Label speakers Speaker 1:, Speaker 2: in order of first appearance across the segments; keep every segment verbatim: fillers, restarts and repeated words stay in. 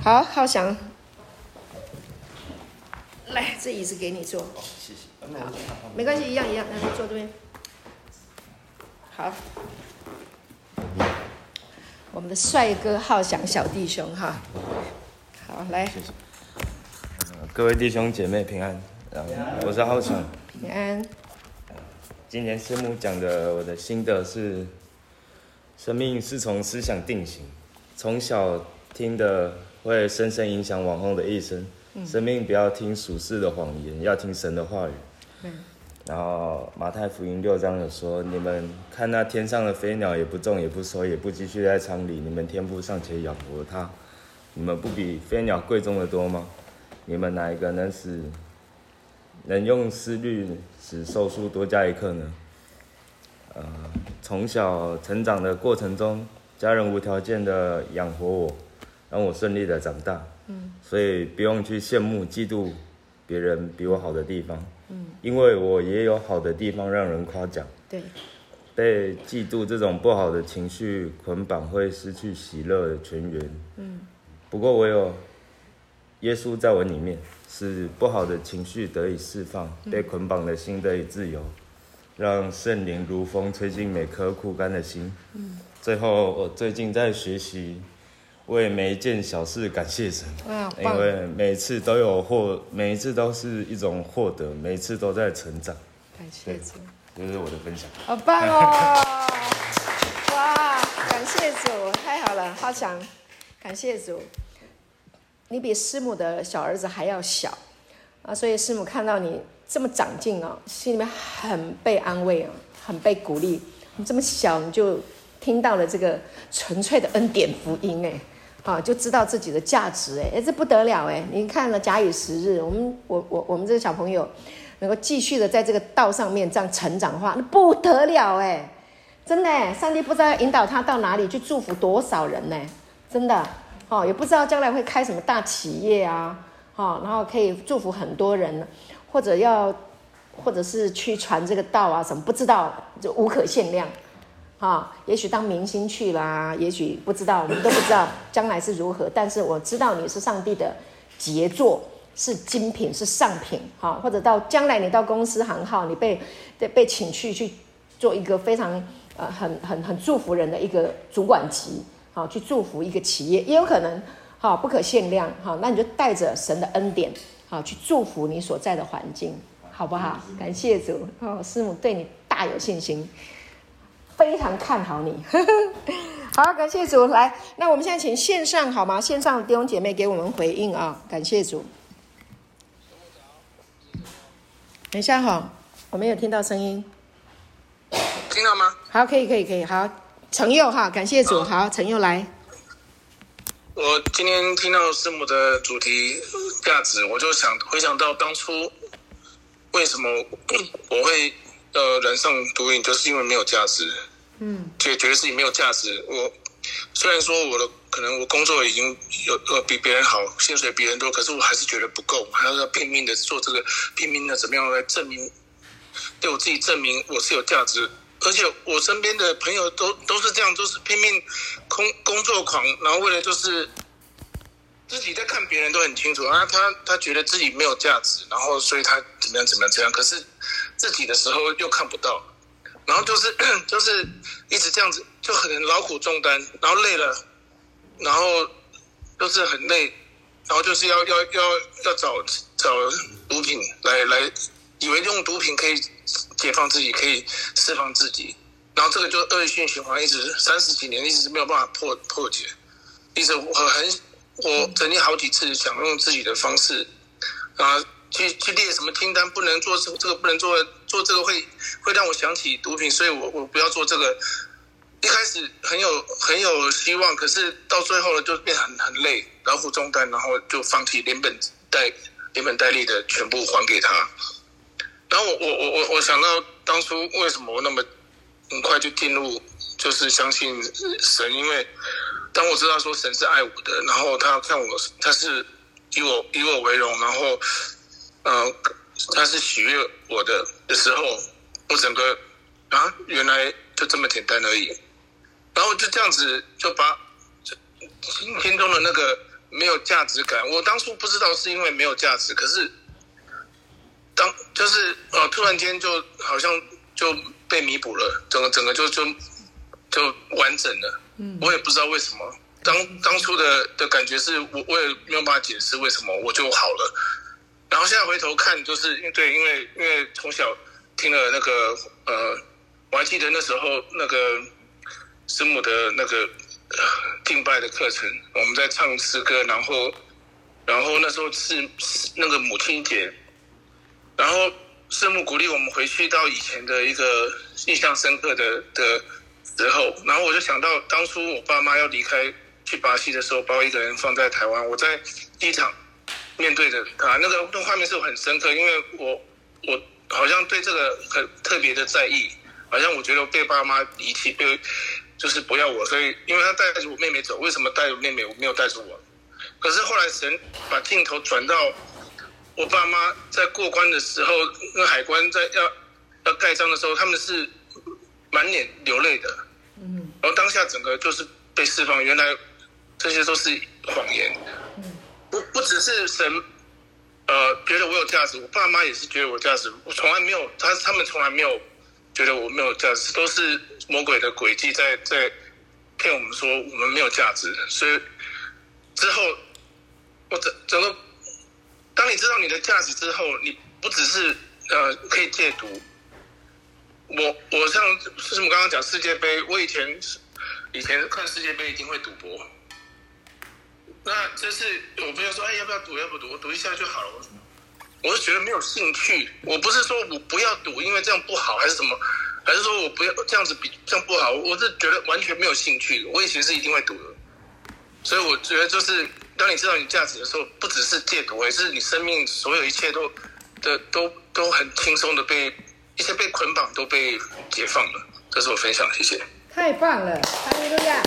Speaker 1: 好，浩翔，来，这椅子给你坐。
Speaker 2: 哦，谢谢。
Speaker 1: 好，没关系，一样一样，那你坐这边。好，我们的帅哥浩翔小弟兄哈，好来。
Speaker 2: 谢谢。呃、各位弟兄姐妹平安，呃、我是浩翔。
Speaker 1: 平安。
Speaker 2: 今年师母讲的我的心得是，生命是从思想定型，从小听的会深深影响往后的一生。嗯、生命不要听属世的谎言，要听神的话语。嗯、然后马太福音六章有说，你们看那天上的飞鸟，也不种也不收，也不积蓄在仓里，你们天父尚且养活它，你们不比飞鸟贵重的多吗？你们哪一个能使能用思虑使寿数多加一刻呢？呃，从小成长的过程中，家人无条件的养活我，让我顺利的长大。嗯，所以不用去羡慕、嫉妒别人比我好的地方。嗯，因为我也有好的地方让人夸奖。
Speaker 1: 对，
Speaker 2: 被嫉妒这种不好的情绪捆绑，会失去喜乐的泉源。嗯，不过我有耶稣在我里面，使不好的情绪得以释放，被捆绑的心得以自由，让圣灵如风吹进每颗枯干的心。嗯，最后我最近在学习为每一件小事感谢神，因为每次都有获，每一次都是一种获得，每一次都在成长。
Speaker 1: 感谢主，
Speaker 2: 这是我的分享。
Speaker 1: 好棒哦！哇，感谢主，太好了，浩翔，感谢主。你比师母的小儿子还要小啊，所以师母看到你这么长进哦，心里面很被安慰哦，很被鼓励。你这么小你就听到了这个纯粹的恩典福音哎，啊，就知道自己的价值哎，哎，这不得了哎！你看了假以时日，我们我我我们这个小朋友能够继续的在这个道上面这样成长的话，那不得了哎！真的哎，上帝不知道要引导他到哪里去祝福多少人呢，真的。哦，也不知道将来会开什么大企业啊，哦，然后可以祝福很多人，或者要，或者是去传这个道啊，什么不知道，就无可限量，啊、哦，也许当明星去啦，也许不知道，我们都不知道将来是如何，但是我知道你是上帝的杰作，是精品，是上品，哈、哦，或者到将来你到公司行号，你被被请去去做一个非常呃很很很祝福人的一个主管级。好，去祝福一个企业，也有可能，好，不可限量，好，那你就带着神的恩典，好，去祝福你所在的环境，好不好？感谢主，哦，师母对你大有信心，非常看好你，好，感谢主，来，那我们现在请线上好吗？线上的弟兄姐妹给我们回应啊，感谢主。等一下哈，我没有听到声音，
Speaker 3: 听到吗？
Speaker 1: 好，可以，可以，可以，好。陈佑哈，感谢主，好，陈佑来。
Speaker 3: 我今天听到师母的主题价值，我就想回想到当初为什么我会呃染上毒瘾，就是因为没有价值，嗯，觉觉得自己没有价值。我虽然说我的可能我工作已经有呃比别人好，薪水比人多，可是我还是觉得不够，还要拼命的做这个，拼命的怎么样来证明，对我自己证明我是有价值。而且我身边的朋友都都是这样，都是拼命工工作狂，然后为了就是自己在看别人都很清楚啊，他他觉得自己没有价值，然后所以他怎么样怎么样这样，可是自己的时候又看不到，然后就是就是一直这样子，就很劳苦重担，然后累了，然后就是很累，然后就是要要要要找找毒品来来，以为用毒品可以解放自己，可以释放自己，然后这个就恶性循环，一直三十几年，一直没有办法破破解。一直我很，我曾经好几次想用自己的方式，啊，去去列什么清单，不能做这这个，不能做，做这个会会让我想起毒品，所以我我不要做这个。一开始很有很有希望，可是到最后呢，就变很很累，劳苦重担，然后就放弃，连本带连本带利的全部还给他。然后我我我我我想到当初为什么我那么很快就进入就是相信神，因为当我知道说神是爱我的，然后他看我他是以我以我为荣，然后呃他是喜悦我的的时候，我整个啊原来就这么简单而已，然后就这样子就把心中的那个没有价值感。我当初不知道是因为没有价值，可是当就是呃突然间就好像就被弥补了，整个整个就就就完整了。嗯，我也不知道为什么。当当初的的感觉是我我也没有办法解释为什么我就好了。然后现在回头看，就是因为对，因为因为从小听了那个呃，我还记得那时候那个师母的那个呃敬拜的课程，我们在唱诗歌，然后然后那时候是那个母亲节，然后师母鼓励我们回去到以前的一个印象深刻的的时候，然后我就想到当初我爸妈要离开去巴西的时候，把我一个人放在台湾，我在机场面对着他，那个那个画面是我很深刻，因为我我好像对这个很特别的在意，好像我觉得被爸妈遗弃，被就是不要我，所以因为他带着我妹妹走，为什么带着妹妹我没有带着我？可是后来神把镜头转到我爸妈在过关的时候，那海关在要要盖章的时候，他们是满脸流泪的，嗯，然后当下整个就是被释放，原来这些都是谎言，嗯，不不只是神，呃，觉得我有价值，我爸妈也是觉得我有价值，我从来没有，他他们从来没有觉得我没有价值，都是魔鬼的诡计在在骗我们说我们没有价值，所以之后我整整个，当你知道你的价值之后，你不只是呃可以戒毒。我我像是我们刚刚讲世界杯，我以前以前看世界杯一定会赌博。那这次我朋友说，哎，要不要赌？要不赌？我赌一下就好了。我是觉得没有兴趣。我不是说我不要赌，因为这样不好，还是什么？还是说我不要这样子比这样不好？我是觉得完全没有兴趣。我以前是一定会赌的。所以我觉得就是，当你知道你价值的时候，不只是戒毒，也是你生命所有一切都的都都很轻松的被。一些被捆绑都被解放了，这是我分享，谢谢。
Speaker 1: 太棒了，哈利路亚！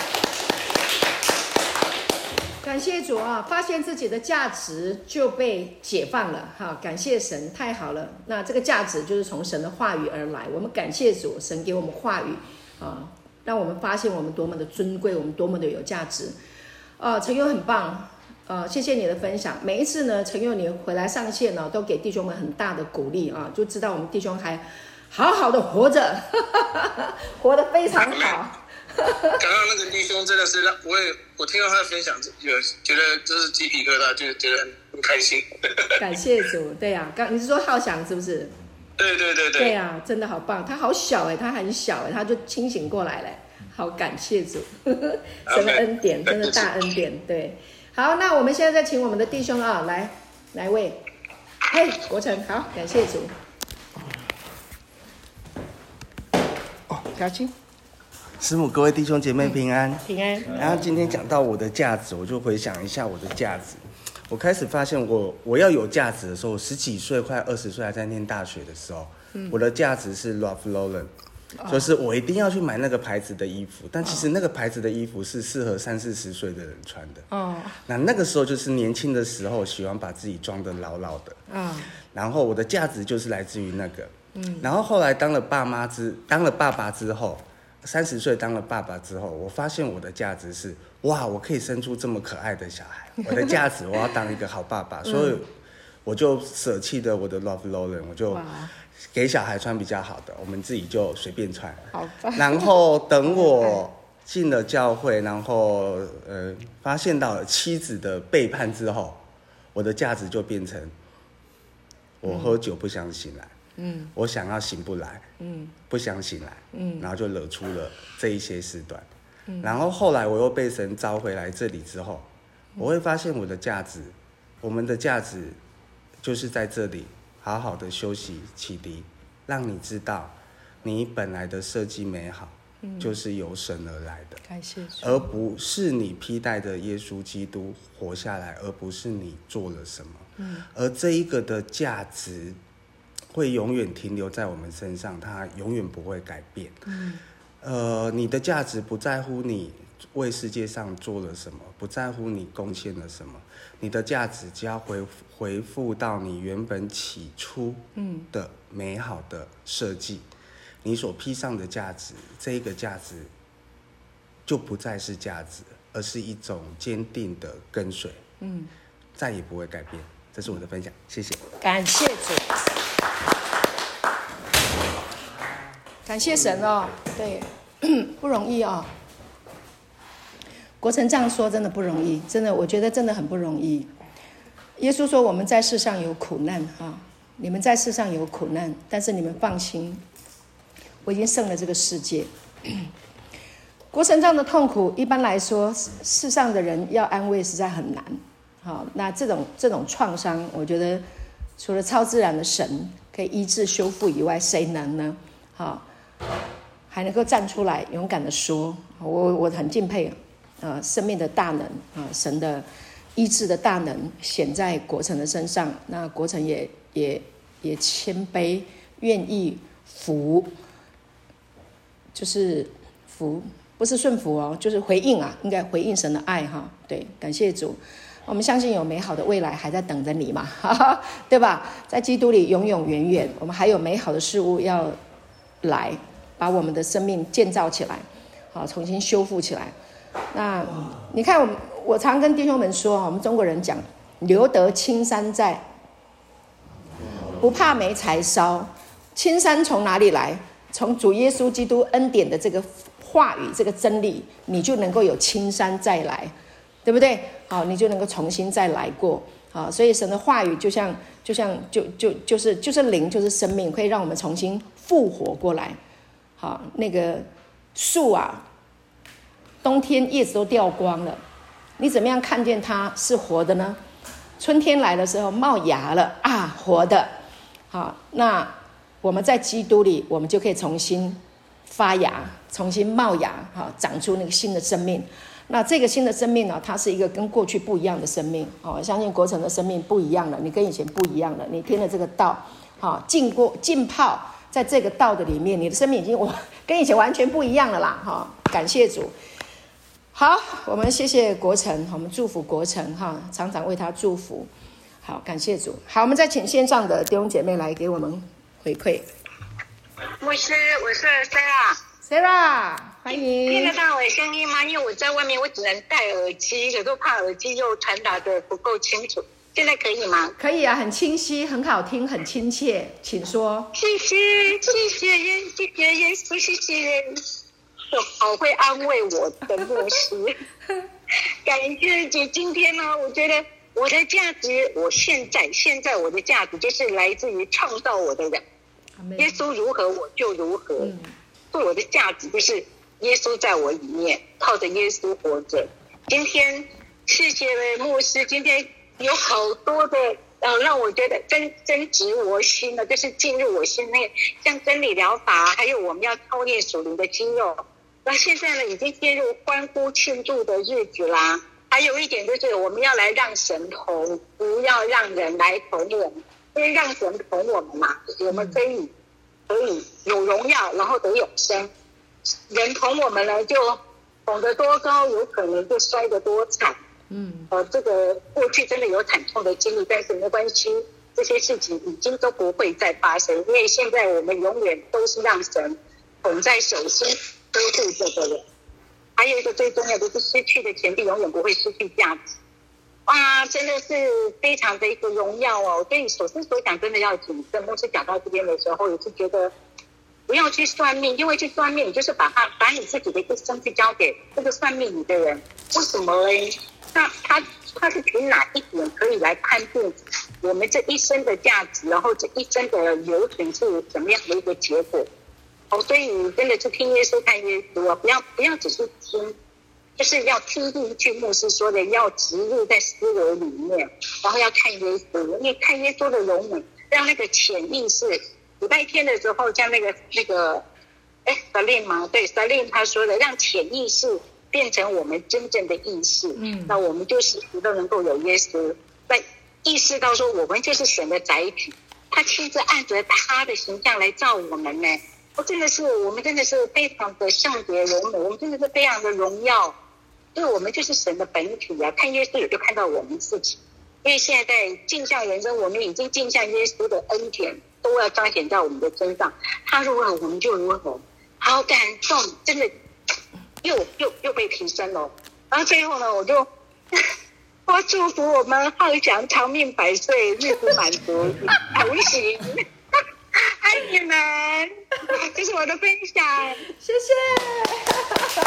Speaker 1: 感谢主啊，发现自己的价值就被解放了，哈，感谢神，太好了。那这个价值就是从神的话语而来，我们感谢主，神给我们话语啊，让我们发现我们多么的尊贵，我们多么的有价值。啊，陈佑很棒。呃，谢谢你的分享。每一次呢，陈佑你回来上线呢，都给弟兄们很大的鼓励啊，就知道我们弟兄还好好的活着，活得非常好。
Speaker 3: 刚刚那个弟兄真的是让我也我听到他的分享，有觉得就是鸡皮疙瘩，就觉得很很开心。
Speaker 1: 感谢主，对呀、啊，刚你是说浩翔是不是？
Speaker 3: 对对对对。
Speaker 1: 对呀、啊，真的好棒，他好小哎，他很小哎，他就清醒过来了，好感谢主，神的恩典，真的大恩典，对。好，那我们现在再请我们的弟兄啊，来来为，嘿，国成，好，感谢主。哦，小青，
Speaker 4: 师母，各位弟兄姐妹平安，
Speaker 1: 平安。
Speaker 4: 然后今天讲到我的价值，我就回想一下我的价值。我开始发现我我要有价值的时候，我十几岁快二十岁还在念大学的时候，嗯、我的价值是 Ralph Lauren。就是我一定要去买那个牌子的衣服，但其实那个牌子的衣服是适合三四十岁的人穿的。哦，那那个时候就是年轻的时候，喜欢把自己装得牢牢的。嗯，然后我的价值就是来自于那个。嗯，然后后来当了爸妈之，当了爸爸之后，三十岁当了爸爸之后，我发现我的价值是，哇，我可以生出这么可爱的小孩。我的价值，我要当一个好爸爸，所以我就舍弃了我的 Ralph Lauren， 我就。给小孩穿比较好的，我们自己就随便穿。
Speaker 1: 好吧。
Speaker 4: 然后等我进了教会，然后呃发现到了妻子的背叛之后，我的价值就变成我喝酒不想醒来，嗯，我想要醒不来，嗯，不想醒来，嗯，然后就惹出了这一些事端。嗯，然后后来我又被神召回来这里之后，我会发现我的价值，我们的价值就是在这里。好好的休息启迪，让你知道你本来的设计美好，嗯、就是由神而来的，
Speaker 1: 感谢主，
Speaker 4: 而不是你披戴着耶稣基督活下来，而不是你做了什么。嗯、而这一个的价值会永远停留在我们身上，它永远不会改变。嗯、呃，你的价值不在乎你为世界上做了什么，不在乎你贡献了什么，你的价值只要回回复到你原本起初的美好的设计，嗯、你所披上的价值，这一个价值就不再是价值，而是一种坚定的跟随。 嗯，再也不会改变。这是我的分享，谢谢。
Speaker 1: 感谢主，感谢神哦，对，不容易哦。国成这样说真的不容易，真的，我觉得真的很不容易。耶稣说我们在世上有苦难哈、哦，你们在世上有苦难，但是你们放心，我已经胜了这个世界。国成这样的痛苦，一般来说，世上的人要安慰实在很难。好，那这种这种创伤，我觉得除了超自然的神可以医治修复以外，谁能呢？好，还能够站出来勇敢的说，我我很敬佩，呃，生命的大能啊，神的医治的大能显在国成的身上。那国成也也也谦卑，愿意服，就是服。不是顺服哦，就是回应啊，应该回应神的爱哈。对，感谢主，我们相信有美好的未来还在等着你嘛，哈哈，对吧？在基督里永永远远，我们还有美好的事物要来，把我们的生命建造起来，好，重新修复起来。那你看我，我常跟弟兄们说，我们中国人讲“留得青山在，不怕没柴烧”。青山从哪里来？从主耶稣基督恩典的这个话语，这个真理，你就能够有青山再来，对不对？好，你就能够重新再来过。好，所以神的话语就像就像就就就是就是灵，就是生命，可以让我们重新复活过来。好，那个树啊，冬天叶子都掉光了，你怎么样看见它是活的呢？春天来的时候冒芽了啊，活的。好，那我们在基督里，我们就可以重新发芽，重新冒芽，哈，长出那个新的生命。那这个新的生命呢，它是一个跟过去不一样的生命。哦，我相信国成的生命不一样了，你跟以前不一样了。你听了这个道，哈，浸过浸泡在这个道的里面，你的生命已经我跟以前完全不一样了啦，哈，感谢主。好，我们谢谢国成，我们祝福国成哈，常常为他祝福。好，感谢主。好，我们再请线上的弟兄姐妹来给我们回馈。
Speaker 5: 牧师，我是
Speaker 1: Sarah。Sarah， 欢迎。
Speaker 5: 听得到我的声音吗？因为我在外面，我只能戴耳机，有时候怕耳机又传达的不够清楚。现在可以吗？
Speaker 1: 可以啊，很清晰，很好听，很亲切，请说。
Speaker 5: 谢谢，谢谢耶，谢谢耶稣，谢谢耶，好会安慰我的牧师。感谢姐，今天呢，我觉得我的价值，我现在现在我的价值就是来自于创造我的人。耶稣如何我就如何，嗯，所以我的价值就是耶稣在我里面，靠着耶稣活着。今天谢谢牧师，今天有好多的呃，让我觉得真真植我心的，就是进入我心内，像真理疗法，还有我们要操练属灵的肌肉。那现在呢，已经进入欢呼庆祝的日子啦。还有一点就是我们要来让神同，不要让人来同我们。因为让神同我们嘛，我们可以可以有荣耀，然后得永生。人同我们呢，就捧得多高，有可能就摔得多惨。嗯，呃，这个过去真的有惨痛的经历，但是没关系，这些事情已经都不会再发生，因为现在我们永远都是让神捧在手心，呵护着的人。还有一个最重要的是，失去的钱币永远不会失去价值。哇，真的是非常的一个荣耀哦！所以所思所想真的要谨慎。牧师讲到这边的时候，也是觉得不要去算命，因为去算命，你就是把他把你自己的一生去交给这个算命你的人。为什么呢？那他他是凭哪一点可以来判定我们这一生的价值，然后这一生的流程是什么样的一个结果？哦，所以你真的是听耶稣看耶稣啊，不要不要只是听。就是要听进去牧师说的，要植入在思维里面，然后要看耶稣，因为看耶稣的容美，让那个潜意识。礼拜天的时候，像那个那个，哎 ，Salim 吗？对 ，Salim 他说的，让潜意识变成我们真正的意识。嗯，那我们就时时都能够有耶稣，在意识到说我们就是神的载体，他亲自按着他的形象来造我们呢。哦，真的是我们真的是非常的圣洁柔美，我们真的是非常的荣耀。因为我们就是神的本体啊，看耶稣也就看到我们自己。因为现在在镜像人生，我们已经镜像耶稣的恩典，都要彰显在我们的身上。他如何，我们就如何。好感动，真的又又又被提升了。然后最后呢，我就我祝福我们浩翔长命百岁，日子满足，同行。爱你们，这是我的分享，
Speaker 1: 谢谢。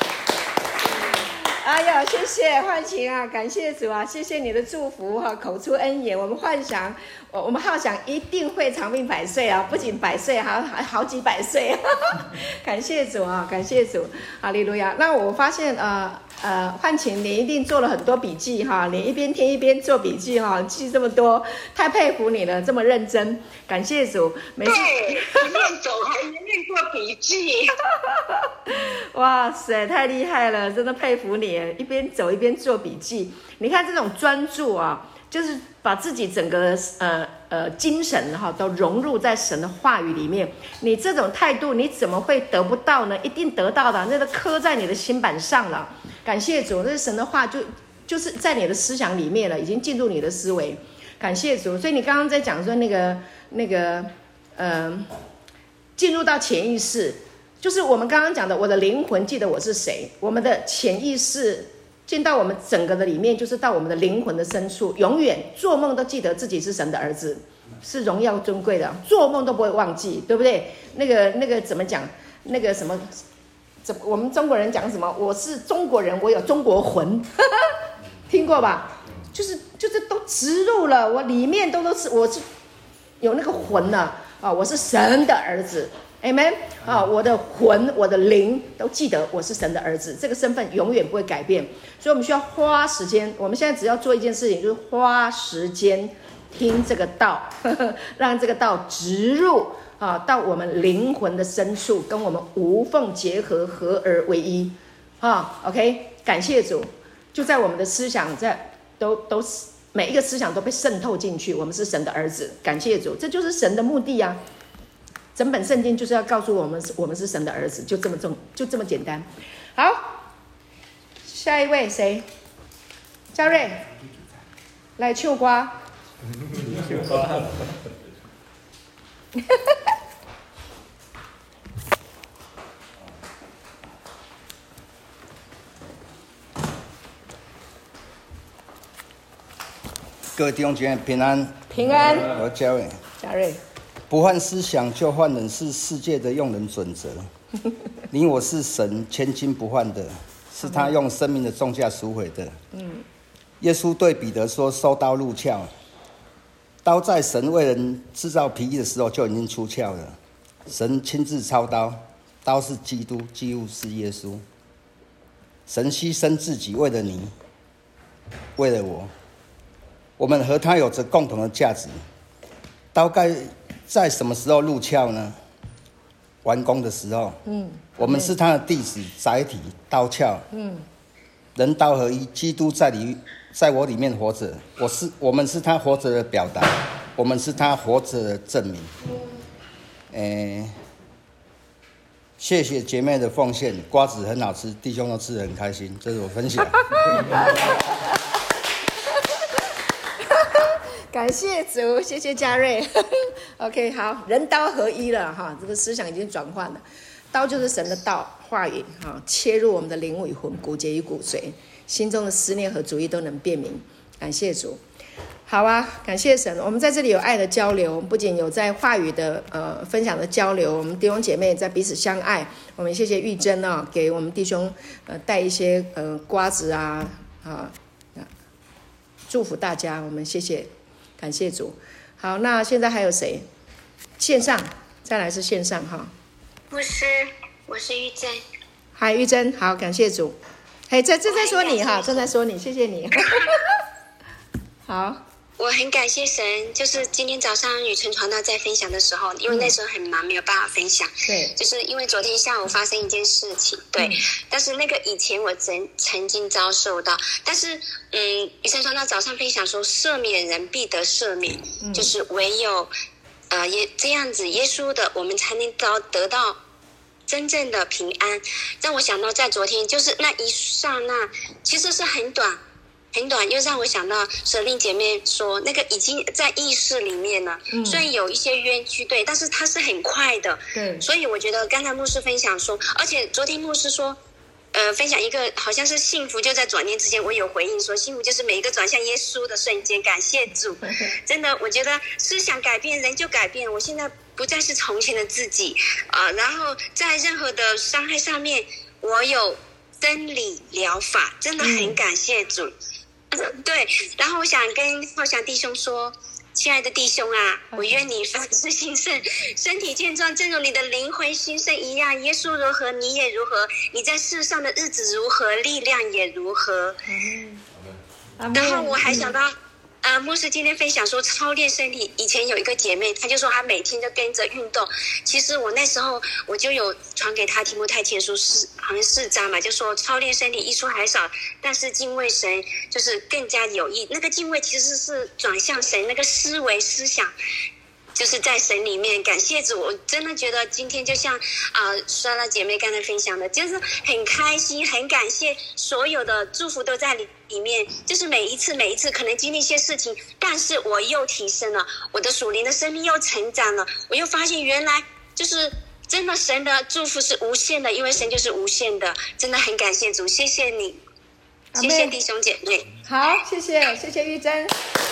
Speaker 1: 哎呀，谢谢焕晴啊，感谢主啊，谢谢你的祝福哈、啊，口出恩言，我们幻想，我我们浩翔一定会长命百岁啊，不仅百岁，还还好几百岁，感谢主啊，感谢主，哈利路亚。那我发现呃呃，焕晴你一定做了很多笔记哈，你一边听一边做笔记哈，记这么多，太佩服你了，这么认真，感谢主。每次
Speaker 5: 对，一面走还一面做笔记。
Speaker 1: 哇塞，太厉害了，真的佩服你，一边走一边做笔记。你看这种专注啊，就是把自己整个呃呃精神哈都融入在神的话语里面。你这种态度，你怎么会得不到呢？一定得到的，那都刻在你的心板上了。感谢主，这神的话就就是在你的思想里面了，已经进入你的思维。感谢主，所以你刚刚在讲说那个那个呃，进入到潜意识。就是我们刚刚讲的，我的灵魂记得我是谁，我们的潜意识进到我们整个的里面，就是到我们的灵魂的深处，永远做梦都记得自己是神的儿子，是荣耀尊贵的，做梦都不会忘记，对不对？那个那个怎么讲？那个什么，怎我们中国人讲什么？我是中国人，我有中国魂，听过吧？就是就是都植入了，我里面都都是我是有那个魂了啊，我是神的儿子。Amen 啊，我的魂、我的灵都记得我是神的儿子，这个身份永远不会改变。所以我们需要花时间，我们现在只要做一件事情，就是花时间听这个道，呵呵，让这个道植入啊到我们灵魂的深处，跟我们无缝结合，合而为一啊。OK， 感谢主，就在我们的思想在都都每一个思想都被渗透进去，我们是神的儿子，感谢主，这就是神的目的啊。整本圣经就是要告诉我们，我们是神的儿子，就这么重，就这么简单。好，下一位谁？嘉瑞，来唱歌。
Speaker 2: 唱歌。
Speaker 6: 各位弟兄姐妹平安，
Speaker 1: 平安。
Speaker 6: 我嘉瑞，
Speaker 1: 嘉瑞。
Speaker 6: 不换思想就换人，是世界的用人准则。你我是神千金不换的，是他用生命的重价赎回的。嗯，耶稣对彼得说：“收刀入鞘。”刀在神为人制造皮衣的时候就已经出鞘了。神亲自操刀，刀是基督，基督是耶稣。神牺牲自己，为了你，为了我，我们和他有着共同的价值。刀该在什么时候入鞘呢？完工的时候。嗯，我们是他的弟子，载体，刀鞘。嗯，人刀合一，基督在里，在我里面活着。我是，我们是他活着的表达，我们是他活着的证明。诶，谢谢姐妹的奉献，瓜子很好吃，弟兄都吃得很开心，这是我分享。
Speaker 1: 感谢主，谢谢嘉瑞。OK， 好，人刀合一了哈，这个思想已经转换了。刀就是神的道，话语哈，切入我们的灵与魂，骨节与骨髓，心中的思念和主意都能辨明。感谢主。好啊，感谢神，我们在这里有爱的交流，不仅有在话语的呃分享的交流，我们弟兄姐妹在彼此相爱。我们谢谢玉珍啊，给我们弟兄呃带一些呃瓜子啊啊，祝福大家，我们谢谢。感谢主。好，那现在还有谁？线上，再来是线上哈。
Speaker 7: 牧师，我是玉珍。
Speaker 1: 嗨，玉珍，好，感谢主。嘿，这正在说你哈，正在说你，谢谢你。好。
Speaker 7: 我很感谢神，就是今天早上雨辰传道在分享的时候，因为那时候很忙，没有办法分享。
Speaker 1: 对，
Speaker 7: 就是因为昨天下午发生一件事情，对。嗯、但是那个以前我曾曾经遭受到，但是嗯，雨辰传道早上分享说，赦免人必得赦免，嗯、就是唯有呃也这样子，耶稣的我们才能得得到真正的平安。让我想到在昨天，就是那一刹那，其实是很短。很短，又让我想到舍令姐妹说，那个已经在意识里面了。嗯，虽然有一些冤屈，对，但是它是很快的。
Speaker 1: 对，
Speaker 7: 所以我觉得刚才牧师分享说，而且昨天牧师说， 呃，分享一个好像是幸福就在转念之间，我有回应说，幸福就是每一个转向耶稣的瞬间。感谢主，真的，我觉得思想改变，人就改变。我现在不再是从前的自己啊、呃，然后在任何的伤害上面，我有真理疗法，真的很感谢主。嗯、对，然后我想跟浩翔弟兄说。亲爱的弟兄啊，我愿你凡事兴盛，身体健壮，正如你的灵魂兴盛一样。耶稣如何，你也如何；你在世上的日子如何，力量也如何。嗯、然后我还想到，呃，牧师今天分享说操练身体。以前有一个姐妹，她就说她每天就跟着运动。其实我那时候我就有传给她提摩太前书四好像四章嘛，就说操练身体益处还少，但是敬畏神就是更加有益。那个敬畏其实是转向神，那个思维思想就是在神里面。感谢主，我真的觉得今天就像啊、呃，刷了姐妹刚才分享的，就是很开心，很感谢，所有的祝福都在里里面。就是每一次每一次可能经历一些事情，但是我又提升了，我的属灵的生命又成长了，我又发现原来就是真的神的祝福是无限的，因为神就是无限的。真的很感谢主，谢谢你，谢谢弟兄姐妹。
Speaker 1: 好，谢谢谢谢玉珍。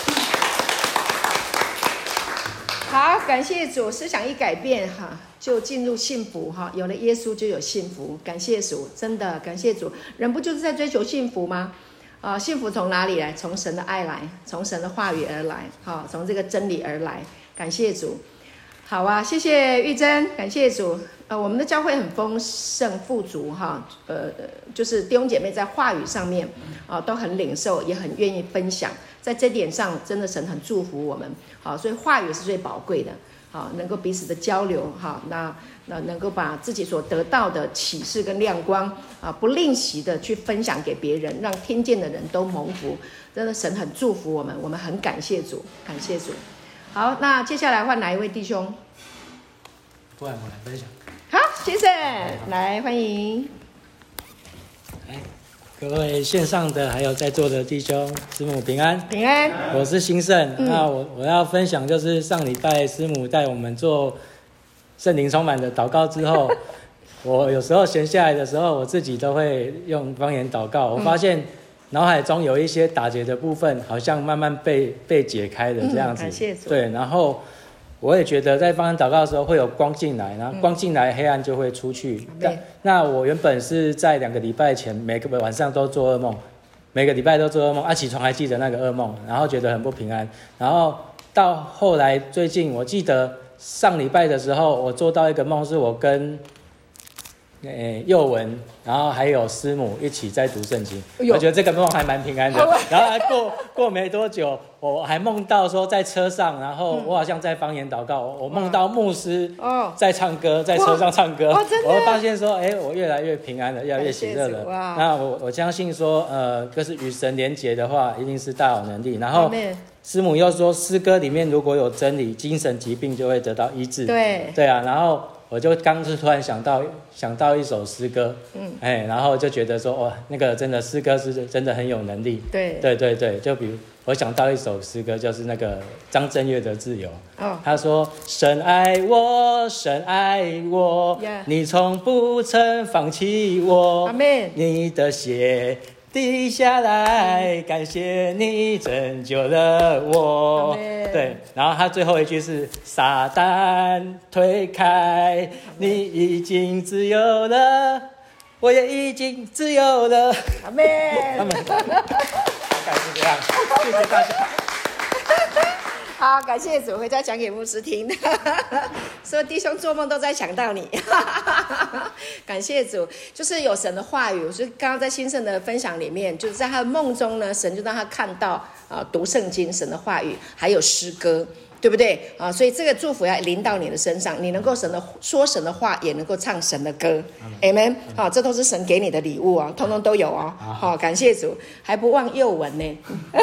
Speaker 1: 好，感谢主，思想一改变哈，就进入幸福哈。有了耶稣就有幸福，感谢主，真的感谢主。人不就是在追求幸福吗？啊、呃，幸福从哪里来？从神的爱来，从神的话语而来，好，从这个真理而来。感谢主。好啊，谢谢玉珍，感谢主。呃，我们的教会很丰盛富足哈，呃，就是弟兄姐妹在话语上面啊、呃、都很领受，也很愿意分享。在这点上，真的神很祝福我们。好，所以话语是最宝贵的。好，能够彼此的交流，哈，那那能够把自己所得到的启示跟亮光啊，不吝惜的去分享给别人，让听见的人都蒙福。真的神很祝福我们，我们很感谢主，感谢主。好，那接下来换哪一位弟兄？
Speaker 8: 不然我来分享。
Speaker 1: 好，先生，来欢迎。
Speaker 8: 哎，各位线上的还有在座的弟兄，师母平安，
Speaker 1: 平安。
Speaker 8: 我是兴盛。
Speaker 1: 嗯、
Speaker 8: 那我我要分享就是上礼拜师母带我们做圣灵充满的祷告之后，我有时候闲下来的时候，我自己都会用方言祷告。我发现脑海中有一些打结的部分，好像慢慢被被解开的这样子。
Speaker 1: 嗯、感谢主。
Speaker 8: 对，然后。我也觉得在方言祷告的时候会有光进来，然后光进来，黑暗就会出去。嗯、那我原本是在两个礼拜前，每个晚上都做噩梦，每个礼拜都做噩梦，啊，起床还记得那个噩梦，然后觉得很不平安。然后到后来最近，我记得上礼拜的时候，我做到一个梦，是我跟诶佑文，然后还有师母一起在读圣经。哎、我觉得这个梦还蛮平安的。然后还过过没多久。我还梦到说在车上，然后我好像在方言祷告，嗯、我梦到牧师在唱歌，在车上唱歌，我会发现说，哎，我越来越平安了，越来越喜乐了。那我我相信说，呃，就是与神连结的话，一定是大有能力。然后师母又说，诗歌里面如果有真理，精神疾病就会得到医治。
Speaker 1: 对，
Speaker 8: 对啊，然后。我就刚是突然想到想到一首诗歌，嗯，哎，然后就觉得说，哇，那个真的诗歌是真的很有能力，
Speaker 1: 对，
Speaker 8: 对对对，就比如我想到一首诗歌，就是那个张震岳的《自由》，哦，他说：“神爱我，神爱我， yeah. 你从不曾放弃我，阿们，你的血。”滴下来，感谢你拯救了我。对，然后他最后一句是撒旦推开，你已经自由了，我也已经自由了。阿们，阿们，大概是这样，谢谢大家。
Speaker 1: 好，感谢主，回家讲给牧师听。说弟兄做梦都在想到你，感谢主，就是有神的话语。所以刚刚在兴盛的分享里面，就是在他的梦中呢，神就让他看到啊、呃，读圣经、神的话语，还有诗歌。对不对啊？所以这个祝福要临到你的身上，你能够神的说神的话，也能够唱神的歌 ，Amen。好，这都是神给你的礼物啊，通通都有哦。好，感谢主，还不忘佑文呢。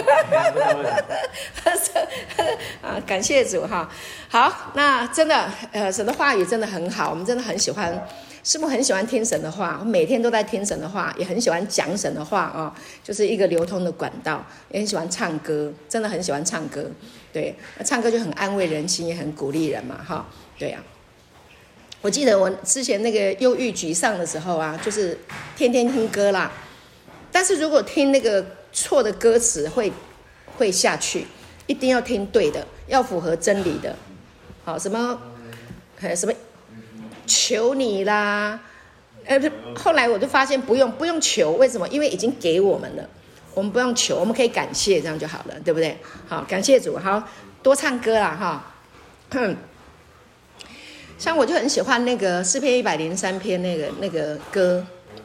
Speaker 1: 啊，感谢主哈。好，那真的，呃，神的话语真的很好，我们真的很喜欢。师母很喜欢听神的话，每天都在听神的话，也很喜欢讲神的话啊、哦，就是一个流通的管道，也很喜欢唱歌，真的很喜欢唱歌。对，唱歌就很安慰人心，也很鼓励人嘛，哈，对呀、 我记得我之前那个忧郁沮丧的时候啊，就是天天听歌啦。但是如果听那个错的歌词会会下去，一定要听对的，要符合真理的。好，什么什么求你啦，呃，后来我就发现不用不用求，为什么？因为已经给我们了，我们不用求，我们可以感谢，这样就好了，对不对？好，感谢主，好多唱歌啦哈。像我就很喜欢那个诗篇一百零三篇那个那个歌。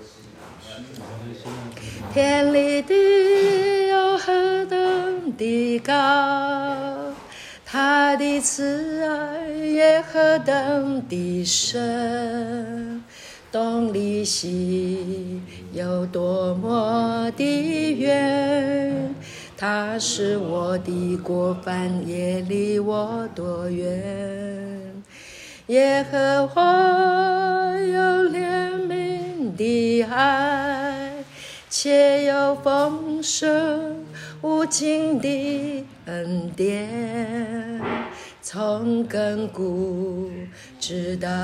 Speaker 1: 天离地有何等的高，他的慈爱也何等的深，东离西有多么的远，他是我的过犯也离我多远。耶和华有怜悯的爱，且有丰盛无尽的恩典，从亘古直到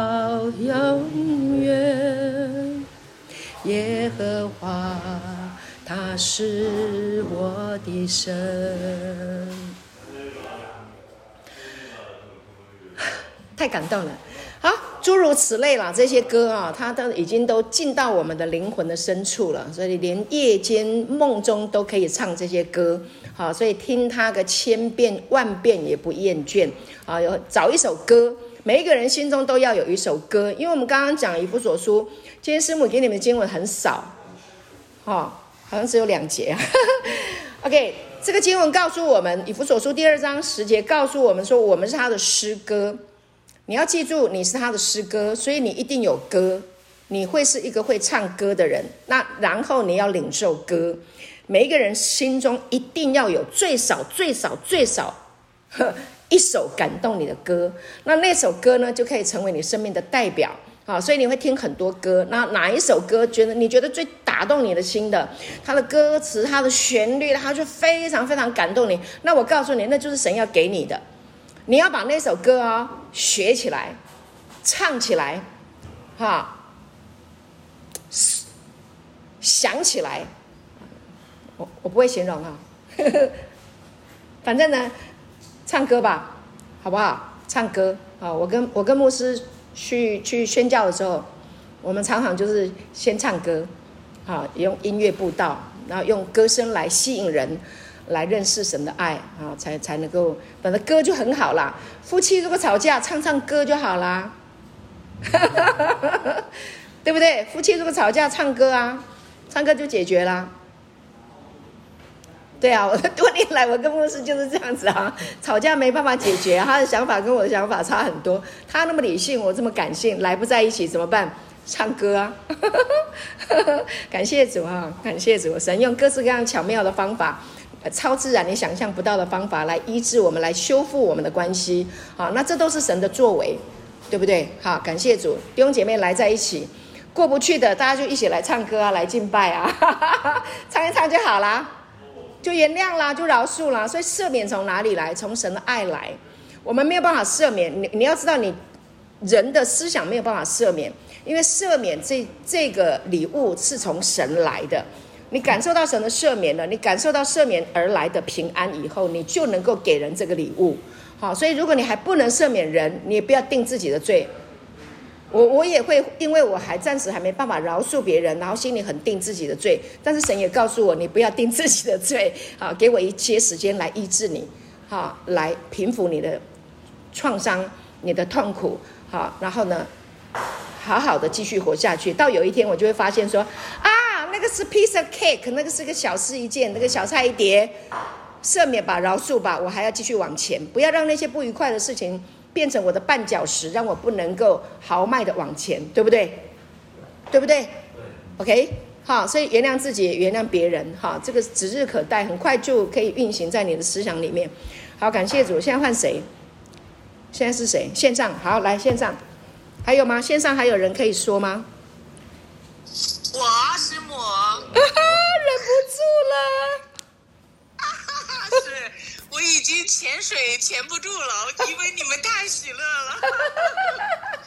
Speaker 1: 永远。耶和华他是我的神。太感动了，好，诸如此类啦，这些歌啊，它都已经都进到我们的灵魂的深处了，所以连夜间梦中都可以唱这些歌，好，所以听它个千遍万遍也不厌倦啊。有找一首歌，每一个人心中都要有一首歌，因为我们刚刚讲以弗所书，今天师母给你们的经文很少，哦，好像只有两节啊。OK， 这个经文告诉我们，以弗所书第二章十节告诉我们说，我们是他的诗歌。你要记住，你是他的诗歌，所以你一定有歌，你会是一个会唱歌的人。那然后你要领受歌，每一个人心中一定要有最少最少最少一首感动你的歌。那那首歌呢，就可以成为你生命的代表啊。所以你会听很多歌，那哪一首歌觉得你觉得最打动你的心的，它的歌词、它的旋律，它就非常非常感动你。那我告诉你，那就是神要给你的。你要把那首歌啊、哦、学起来，唱起来，哈，想起来。我我不会形容啊，反正呢，唱歌吧，好不好？唱歌啊！我跟我跟牧师去去宣教的时候，我们常常就是先唱歌，啊，用音乐布道，然后用歌声来吸引人。来认识神的爱啊，才才能够，反正歌就很好啦。夫妻如果吵架，唱唱歌就好啦，对不对？夫妻如果吵架，唱歌啊，唱歌就解决啦。对啊，我多年来我跟牧师就是这样子啊，吵架没办法解决，他的想法跟我的想法差很多，他那么理性，我这么感性，来不在一起怎么办？唱歌啊，感谢主啊，感谢主，神用各式各样巧妙的方法。超自然你想象不到的方法来医治我们，来修复我们的关系，好，那这都是神的作为，对不对？好，感谢主，弟兄姐妹来在一起，过不去的大家就一起来唱歌啊，来敬拜啊，唱一唱就好啦，就原谅啦，就饶恕啦。所以赦免从哪里来？从神的爱来。我们没有办法赦免，你你要知道，你人的思想没有办法赦免，因为赦免这这个礼物是从神来的。你感受到神的赦免了，你感受到赦免而来的平安以后，你就能够给人这个礼物。好，所以如果你还不能赦免人，你也不要定自己的罪。我我也会，因为我还暂时还没办法饶恕别人，然后心里很定自己的罪。但是神也告诉我，你不要定自己的罪，好，给我一些时间来医治你，好，来平复你的创伤、你的痛苦，好，然后呢，好好的继续活下去。到有一天，我就会发现说，啊。那个是 piece of cake， 那个是个小事一件，那个小菜一碟，赦免吧，饶恕吧，我还要继续往前，不要让那些不愉快的事情变成我的绊脚石，让我不能够豪迈的往前，对不对？对不对 ？OK， 好，所以原谅自己，原谅别人，哈，这个指日可待，很快就可以运行在你的思想里面。好，感谢主，现在换谁？现在是谁？线上，好，来线上，还有吗？线上还有人可以说吗？
Speaker 9: 我啊，师母，
Speaker 1: 忍不住了。
Speaker 9: 是，我已经潜水潜不住了，因为你们太喜乐了。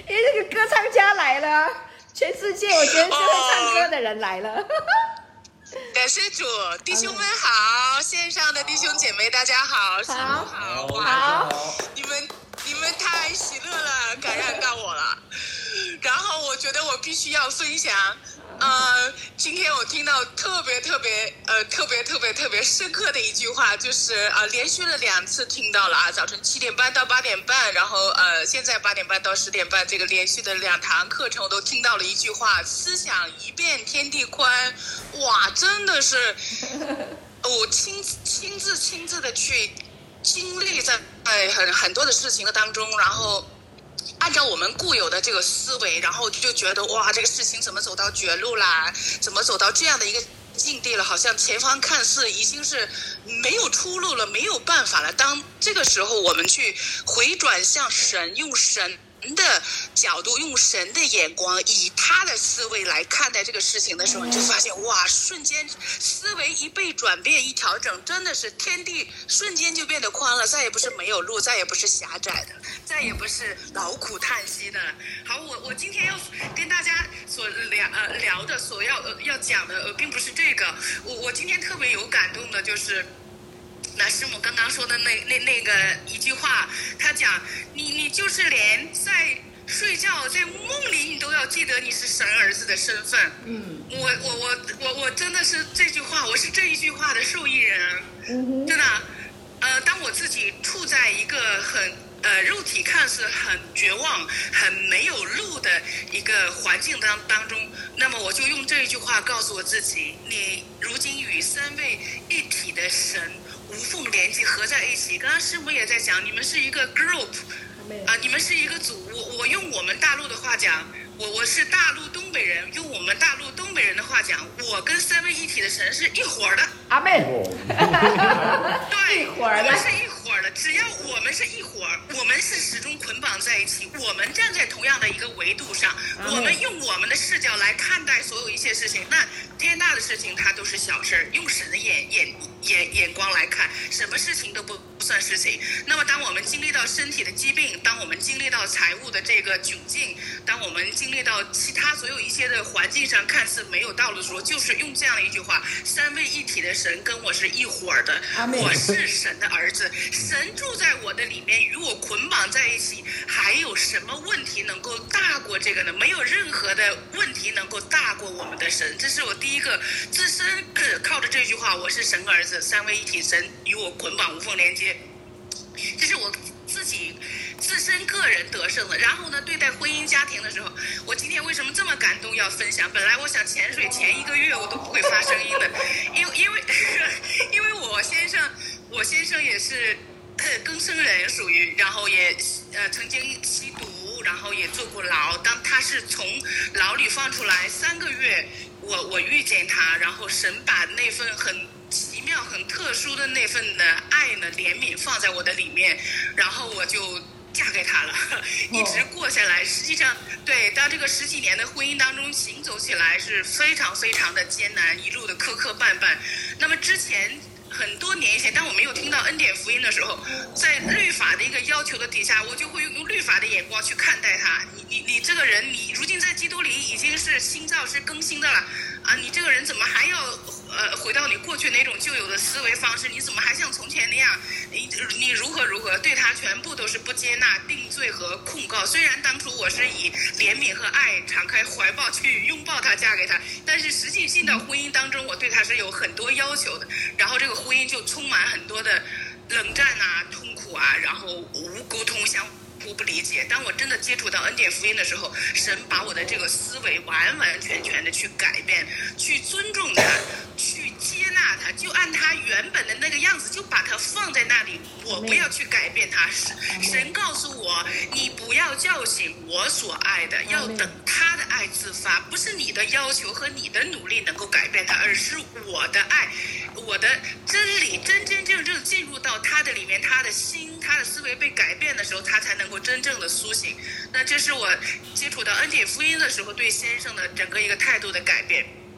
Speaker 1: 因为这个歌唱家来了，全世界我觉得最会唱歌的人来了。
Speaker 9: 感谢主，弟兄们好，线上的弟兄姐妹大家好，师母好，哇，你们你们太喜乐了，感染到我了。然后我觉得我必须要分享，呃，今天我听到特别特别呃特别特别特别深刻的一句话，就是呃连续了两次听到了啊，早晨七点半到八点半，然后呃现在八点半到十点半，这个连续的两堂课程我都听到了一句话：思想一变天地宽。哇，真的是我亲亲自亲自的去经历在很很多的事情的当中，然后按照我们固有的这个思维，然后就觉得哇，这个事情怎么走到绝路啦？怎么走到这样的一个境地了？好像前方看似已经是没有出路了，没有办法了。当这个时候，我们去回转向神，用神的角度，用神的眼光，以他的思维来看待这个事情的时候，你就发现哇，瞬间思维一被转变一调整，真的是天地瞬间就变得宽了，再也不是没有路，再也不是狭窄的，再也不是劳苦叹息的。好，我我今天要跟大家所聊呃聊的，所要呃要讲的呃，并不是这个，我我今天特别有感动的就是。那师母刚刚说的那那那个一句话，他讲你你就是连在睡觉在梦里你都要记得你是神儿子的身份。嗯，我我我我我真的是这句话，我是这一句话的受益人。嗯，真的，呃，当我自己处在一个很呃肉体看似很绝望、很没有路的一个环境当当中，那么我就用这一句话告诉我自己：你如今与三位一体的神无缝连接合在一起。刚刚师母也在讲，你们是一个 group， 啊、呃，你们是一个组。我我用我们大陆的话讲，我我是大陆东北人，用我们大陆东北人的话讲，我跟三位一体的神是一伙的。
Speaker 1: 阿妹，
Speaker 9: 对，
Speaker 1: 一伙的，
Speaker 9: 我们是一伙的。只要我们是一伙，我们是始终捆绑在一起，我们站在同样的一个维度上，我们用我们的视角来看待所有一切事情。那天大的事情它都是小事，用神的眼眼眼眼光来看，什么事情都不不算事情。那么当我们经历到身体的疾病，当我们经历到财务的这个窘境，当我们经历到其他所有一些的环境上看似没有道路的时候，就是用这样的一句话：三位一体的神跟我是一伙儿的，我是神的儿子，神住在我的里面，与我捆绑在一起，还有什么问题能够大过这个呢？没有任何的问题能够大过我们的神。这是我第一个自身靠着这句话，我是神儿子，三位一体，神与我捆绑无缝连接，这是我自己自身个人得胜的。然后呢，对待婚姻家庭的时候，我今天为什么这么感动要分享？本来我想潜水前一个月我都不会发声音的，因为因为因为我先生我先生也是更生人，属于，然后也呃曾经吸毒，然后也坐过牢。当他是从牢里放出来三个月，我我遇见他，然后神把那份很奇妙、很特殊的那份的爱呢、怜悯放在我的里面，然后我就嫁给他了，一直过下来。实际上，对，当这个十几年的婚姻当中行走起来是非常非常的艰难，一路的磕磕绊绊。那么之前很多年以前，当我没有听到恩典福音的时候，在律法的一个要求的底下，我就会用律法的眼光去看待他。你你你这个人，你如今在基督里已经是新造、是更新的了啊！你这个人怎么还要呃回到你过去那种旧有的思维方式？你怎么还像从前那样？你你如何如何？对他全部都是不接纳、定罪和控告。虽然当初我是以怜悯和爱敞开怀抱去拥抱他、嫁给他，但是实际进到婚姻当中，我对他是有很多要求的。然后这个婚姻就充满很多的冷战啊、痛苦啊，然后无沟通，相互不理解。当我真的接触到恩典福音的时候，神把我的这个思维完完全全的去改变，去尊重他，去接纳他，就按他原本的那个样子，就把他放在那里，我不要去改变他。神告诉我，你不要叫醒我所爱的，要等他的爱自发，不是你的要求和你的努力能够改变他，而是我的爱，我的真理真真正正进入到他的里面，他的心、他的思维被改变的时候，他才能够真正的苏醒。那这是我接触到恩典福音的时候对先生的整个一个态度的改变。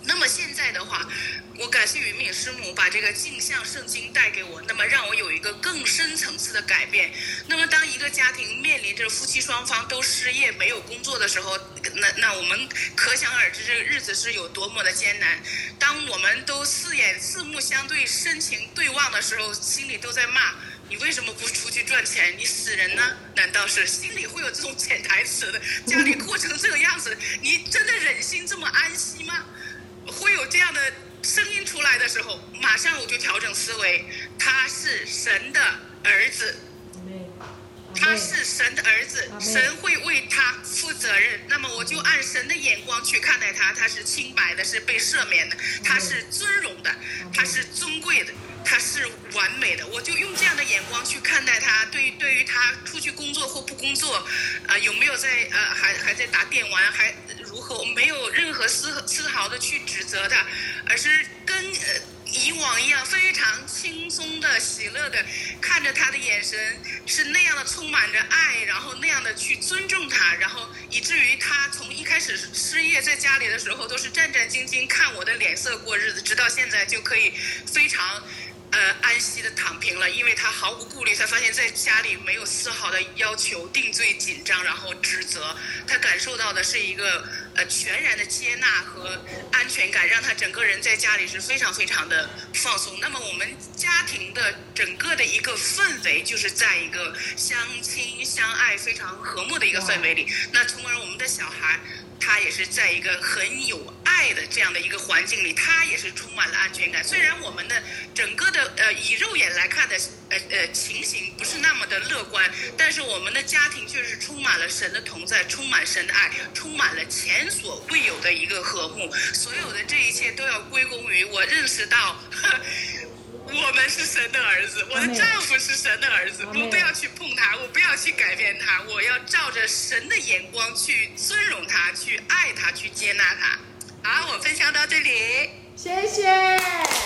Speaker 9: 那么现在的话，我感谢云敏师母把这个镜像圣经带给我，那么让我有一个更深层次的改变。那么当一个家庭面临着夫妻双方都失业没有工作的时候，那那我们可想而知这个日子是有多么的艰难。当我们都四眼四目相对深情对望的时候，心里都在骂你为什么不出去赚钱？你死人呢？难道是心里会有这种潜台词的？家里过成这个样子，你真的忍心这么安息吗？会有这样的声音出来的时候，马上我就调整思维，他是神的儿子，他是神的儿子，神会为他负责任。那么我就按神的眼光去看待他，他是清白的，是被赦免的，他是尊荣的，他是尊贵的，他是完美的。我就用这样的眼光去看待他。对于对于他出去工作或不工作，啊、呃，有没有在呃还还在打电玩，还如何？我没有任何丝丝毫的去指责他，而是跟呃。以往一样非常轻松的喜乐的看着他的眼神是那样的充满着爱，然后那样的去尊重他，然后以至于他从一开始失业在家里的时候都是战战兢兢看我的脸色过日子，直到现在就可以非常呃安息的躺平了，因为他毫无顾虑，他发现在家里没有丝毫的要求定罪紧张然后指责，他感受到的是一个呃全然的接纳和安全感，让他整个人在家里是非常非常的放松。那么我们家庭的整个的一个氛围就是在一个相亲相爱非常和睦的一个氛围里，那从而我们的小孩他也是在一个很有爱的这样的一个环境里，他也是充满了安全感。虽然我们的整个的呃以肉眼来看的呃呃情形不是那么的乐观，但是我们的家庭却是充满了神的同在，充满神的爱，充满了前所未有的一个和睦。所有的这一切都要归功于我认识到呵我们是神的儿子，我的丈夫是神的儿子，我不要去碰他，我不要去改变他，我要照着神的眼光去尊荣他，去爱他，去接纳他。好，我分享到这里，
Speaker 1: 谢谢，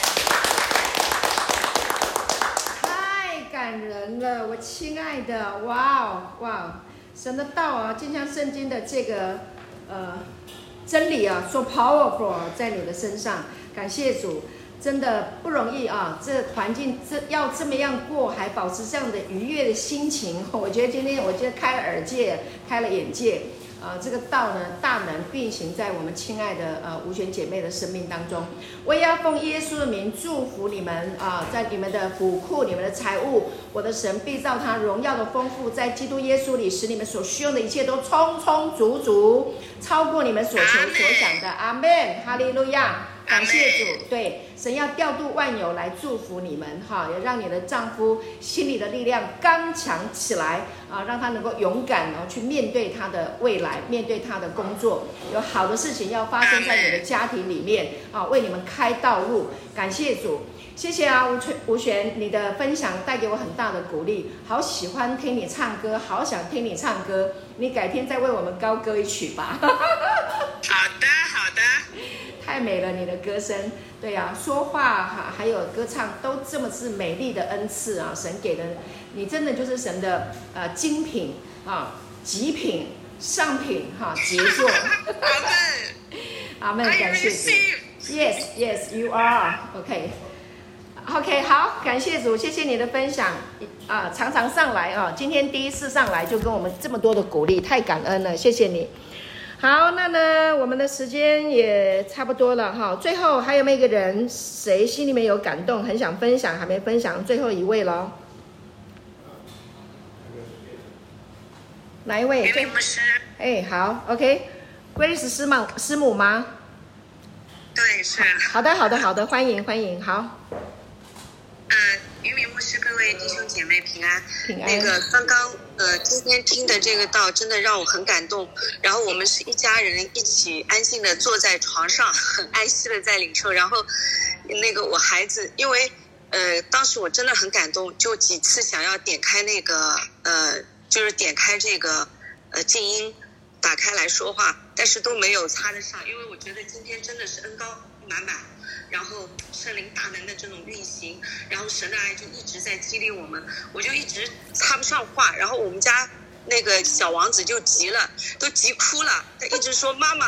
Speaker 1: 太感人了，我亲爱的，哇哦哇哦，神的道啊，就像圣经的这个呃真理啊，说 powerful 在你的身上，感谢主。真的不容易啊！这环境这要这么样过，还保持这样的愉悦的心情，我觉得今天我觉得开了耳界，开了眼界。呃，这个道呢，大能并行在我们亲爱的呃无选姐妹的生命当中。我也要奉耶稣的名祝福你们啊、呃，在你们的府库、你们的财物，我的神必照他荣耀的丰富，在基督耶稣里，使你们所需用的一切都充充足足，超过你们所求所想的。阿们，哈利路亚。感谢主，对神要调度万有来祝福你们哈，也让你的丈夫心里的力量刚强起来啊，让他能够勇敢哦去面对他的未来，面对他的工作，有好的事情要发生在你的家庭里面啊，为你们开道路。感谢主，谢谢啊，吴全吴璇，你的分享带给我很大的鼓励，好喜欢听你唱歌，好想听你唱歌，你改天再为我们高歌一曲吧。
Speaker 9: 好的，好的。
Speaker 1: 太美了，你的歌声，对呀、啊，说话哈，还有歌唱都这么是美丽的恩赐啊！神给的，你真的就是神的呃精品啊，极品上品哈、啊，杰作。
Speaker 9: 阿门，
Speaker 1: 阿门，感谢主。Yes, yes, you are. OK, OK， 好，感谢主，谢谢你的分享啊，常常上来啊，今天第一次上来就跟我们这么多的鼓励，太感恩了，谢谢你。好，那呢，我们的时间也差不多了哈。最后还有没有一个人，谁心里面有感动，很想分享，还没分享，最后一位咯。哪一位？
Speaker 9: 梅牧师。
Speaker 1: 哎，好 ，OK。Grace 师母师母吗？
Speaker 9: 对，是。
Speaker 1: 好的，好的，好的，欢迎欢迎，好。
Speaker 10: 呃，于明牧师，各位弟兄姐妹平安。
Speaker 1: 平安。
Speaker 10: 那个刚刚呃今天听的这个道真的让我很感动。然后我们是一家人一起安静的坐在床上，很安息的在领受。然后那个我孩子，因为呃当时我真的很感动，就几次想要点开那个呃就是点开这个呃静音，打开来说话，但是都没有插得上，因为我觉得今天真的是恩膏满满。然后圣灵大能的这种运行，然后神的爱就一直在激励我们，我就一直插不上话，然后我们家那个小王子就急了，都急哭了，他一直说妈妈，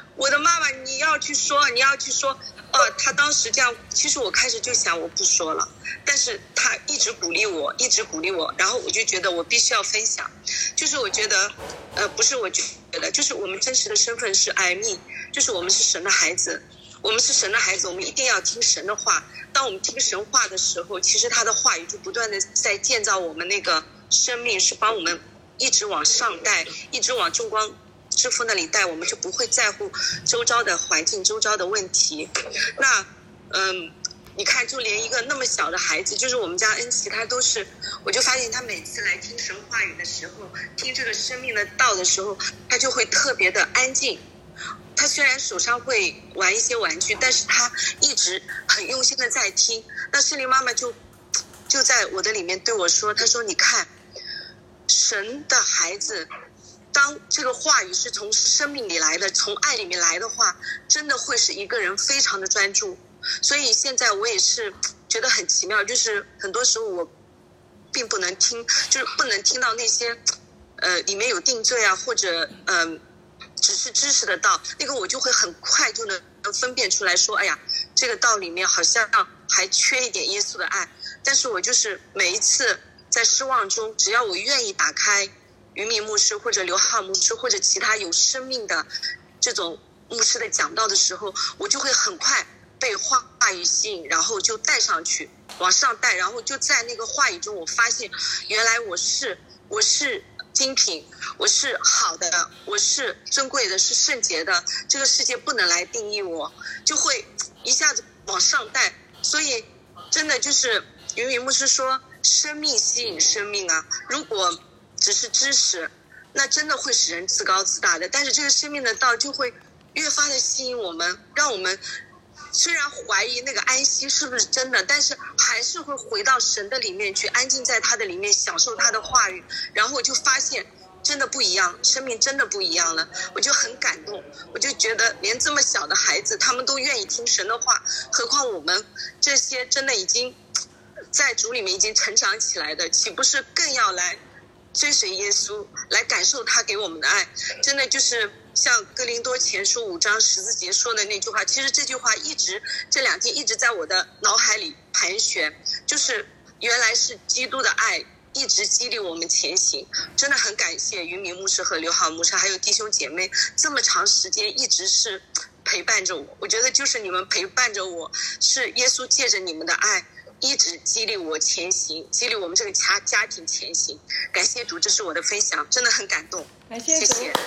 Speaker 10: 我的妈妈，你要去说，你要去说。呃，他当时这样，其实我开始就想我不说了，但是他一直鼓励我，一直鼓励我，然后我就觉得我必须要分享。就是我觉得，呃，不是我觉得，就是我们真实的身份是艾米，就是我们是神的孩子，我们是神的孩子，我们一定要听神的话。当我们听神话的时候，其实他的话语就不断的在建造我们那个生命，是帮我们一直往上带，一直往众光之父那里带，我们就不会在乎周遭的环境、周遭的问题。那，嗯，你看，就连一个那么小的孩子，就是我们家恩琪，他都是，我就发现他每次来听神话语的时候，听这个生命的道的时候，他就会特别的安静。他虽然手上会玩一些玩具，但是他一直很用心的在听。那圣灵妈妈就就在我的里面对我说，她说：“你看，神的孩子。”当这个话语是从生命里来的，从爱里面来的话，真的会使一个人非常的专注。所以现在我也是觉得很奇妙，就是很多时候我并不能听，就是不能听到那些呃里面有定罪啊，或者嗯、呃、只是知识的道，那个我就会很快就能分辨出来说，哎呀，这个道里面好像还缺一点耶稣的爱。但是我就是每一次在失望中，只要我愿意打开于明牧师或者刘浩牧师或者其他有生命的这种牧师的讲道的时候，我就会很快被话语吸引，然后就带上去，往上带，然后就在那个话语中，我发现原来我是我是精品，我是好的，我是尊贵的，是圣洁的，这个世界不能来定义我，就会一下子往上带。所以真的就是于明牧师说，生命吸引生命啊，如果只是知识，那真的会使人自高自大的。但是这个生命的道就会越发的吸引我们，让我们虽然怀疑那个安息是不是真的，但是还是会回到神的里面去，安静在他的里面，享受他的话语。然后我就发现真的不一样，生命真的不一样了。我就很感动，我就觉得连这么小的孩子他们都愿意听神的话，何况我们这些真的已经在主里面已经成长起来的，岂不是更要来追随耶稣，来感受他给我们的爱？真的就是像哥林多前书五章十字节说的那句话，其实这句话一直这两天一直在我的脑海里盘旋，就是原来是基督的爱一直激励我们前行。真的很感谢于明牧师和刘浩牧师还有弟兄姐妹这么长时间一直是陪伴着我，我觉得就是你们陪伴着我，是耶稣借着你们的爱一直激励我前行，激励我们这个家家庭前行。感谢主，这是我的分享，真的很感动。
Speaker 1: 感谢主，
Speaker 10: 谢谢，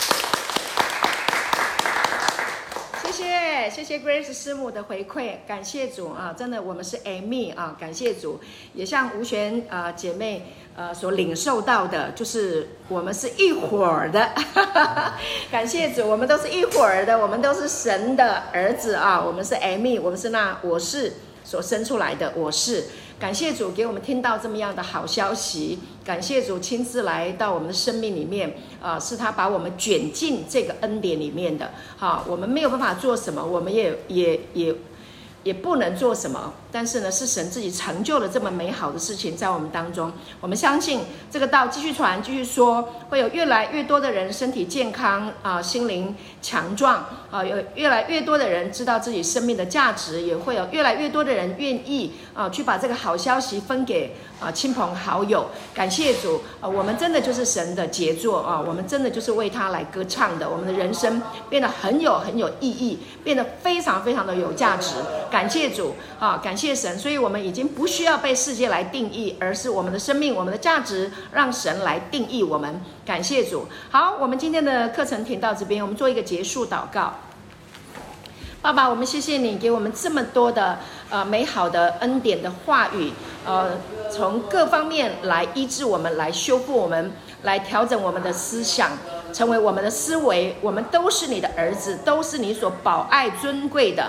Speaker 1: 谢谢谢谢 Grace 师母的回馈，感谢主啊！真的，我们是 Amy 啊，感谢主。也像吴璇啊姐妹呃所领受到的，就是我们是一伙儿的，感谢主，我们都是一伙儿的，我们都是神的儿子啊！我们是 Amy， 我们是那我是所生出来的，我是。感谢主给我们听到这么样的好消息，感谢主亲自来到我们的生命里面，啊、呃，是他把我们卷进这个恩典里面的。好，我们没有办法做什么，我们也也也也不能做什么，但是呢，是神自己成就了这么美好的事情在我们当中。我们相信这个道继续传，继续说，会有越来越多的人身体健康啊、呃，心灵强壮啊、呃，有越来越多的人知道自己生命的价值，也会有越来越多的人愿意啊、呃、去把这个好消息分给啊、呃、亲朋好友。感谢主啊、呃，我们真的就是神的杰作啊、呃，我们真的就是为他来歌唱的，我们的人生变得很有很有意义，变得非常非常的有价值。感谢主啊，感谢神，所以我们已经不需要被世界来定义，而是我们的生命、我们的价值让神来定义我们。感谢主。好，我们今天的课程停到这边，我们做一个结束祷告。爸爸，我们谢谢你给我们这么多的呃美好的恩典的话语，呃，从各方面来医治我们，来修复我们，来调整我们的思想，成为我们的思维。我们都是你的儿子，都是你所宝爱尊贵的。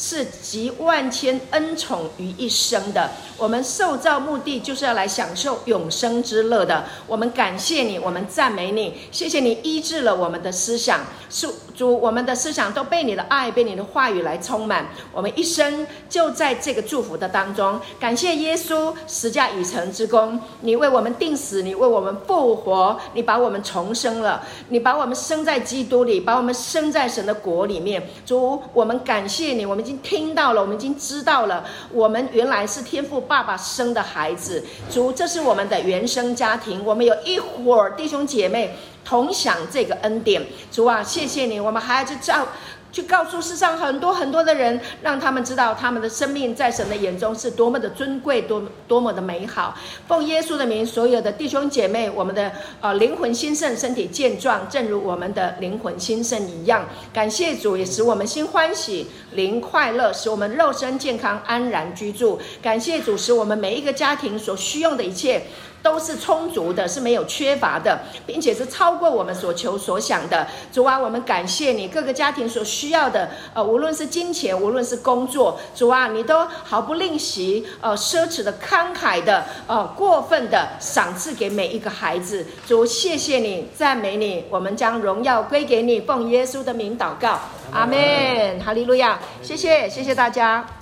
Speaker 1: 是集万千恩宠于一身的。我们受造目的就是要来享受永生之乐的。我们感谢你，我们赞美你，谢谢你医治了我们的思想，主，我们的思想都被你的爱，被你的话语来充满。我们一生就在这个祝福的当中。感谢耶稣十架已成之功，你为我们定死，你为我们复活，你把我们重生了，你把我们生在基督里，把我们生在神的国里面。主，我们感谢你，我们已经听到了，我们已经知道了，我们原来是天父爸爸生的孩子。主，这是我们的原生家庭，我们有一伙儿弟兄姐妹同享这个恩典。主啊，谢谢你，我们还要去照去告诉世上很多很多的人，让他们知道他们的生命在神的眼中是多么的尊贵，多多么的美好。奉耶稣的名，所有的弟兄姐妹，我们的呃灵魂兴盛，身体健壮，正如我们的灵魂兴盛一样。感谢主，也使我们心欢喜，灵快乐，使我们肉身健康，安然居住。感谢主，使我们每一个家庭所需用的一切都是充足的，是没有缺乏的，并且是超过我们所求所想的。主啊，我们感谢你，各个家庭所需要的，呃，无论是金钱，无论是工作，主啊，你都毫不吝惜，呃，奢侈的、慷慨的，呃，过分的赏赐给每一个孩子。主，谢谢你，赞美你，我们将荣耀归给你，奉耶稣的名祷告，阿们，哈利路亚。谢谢，谢谢大家。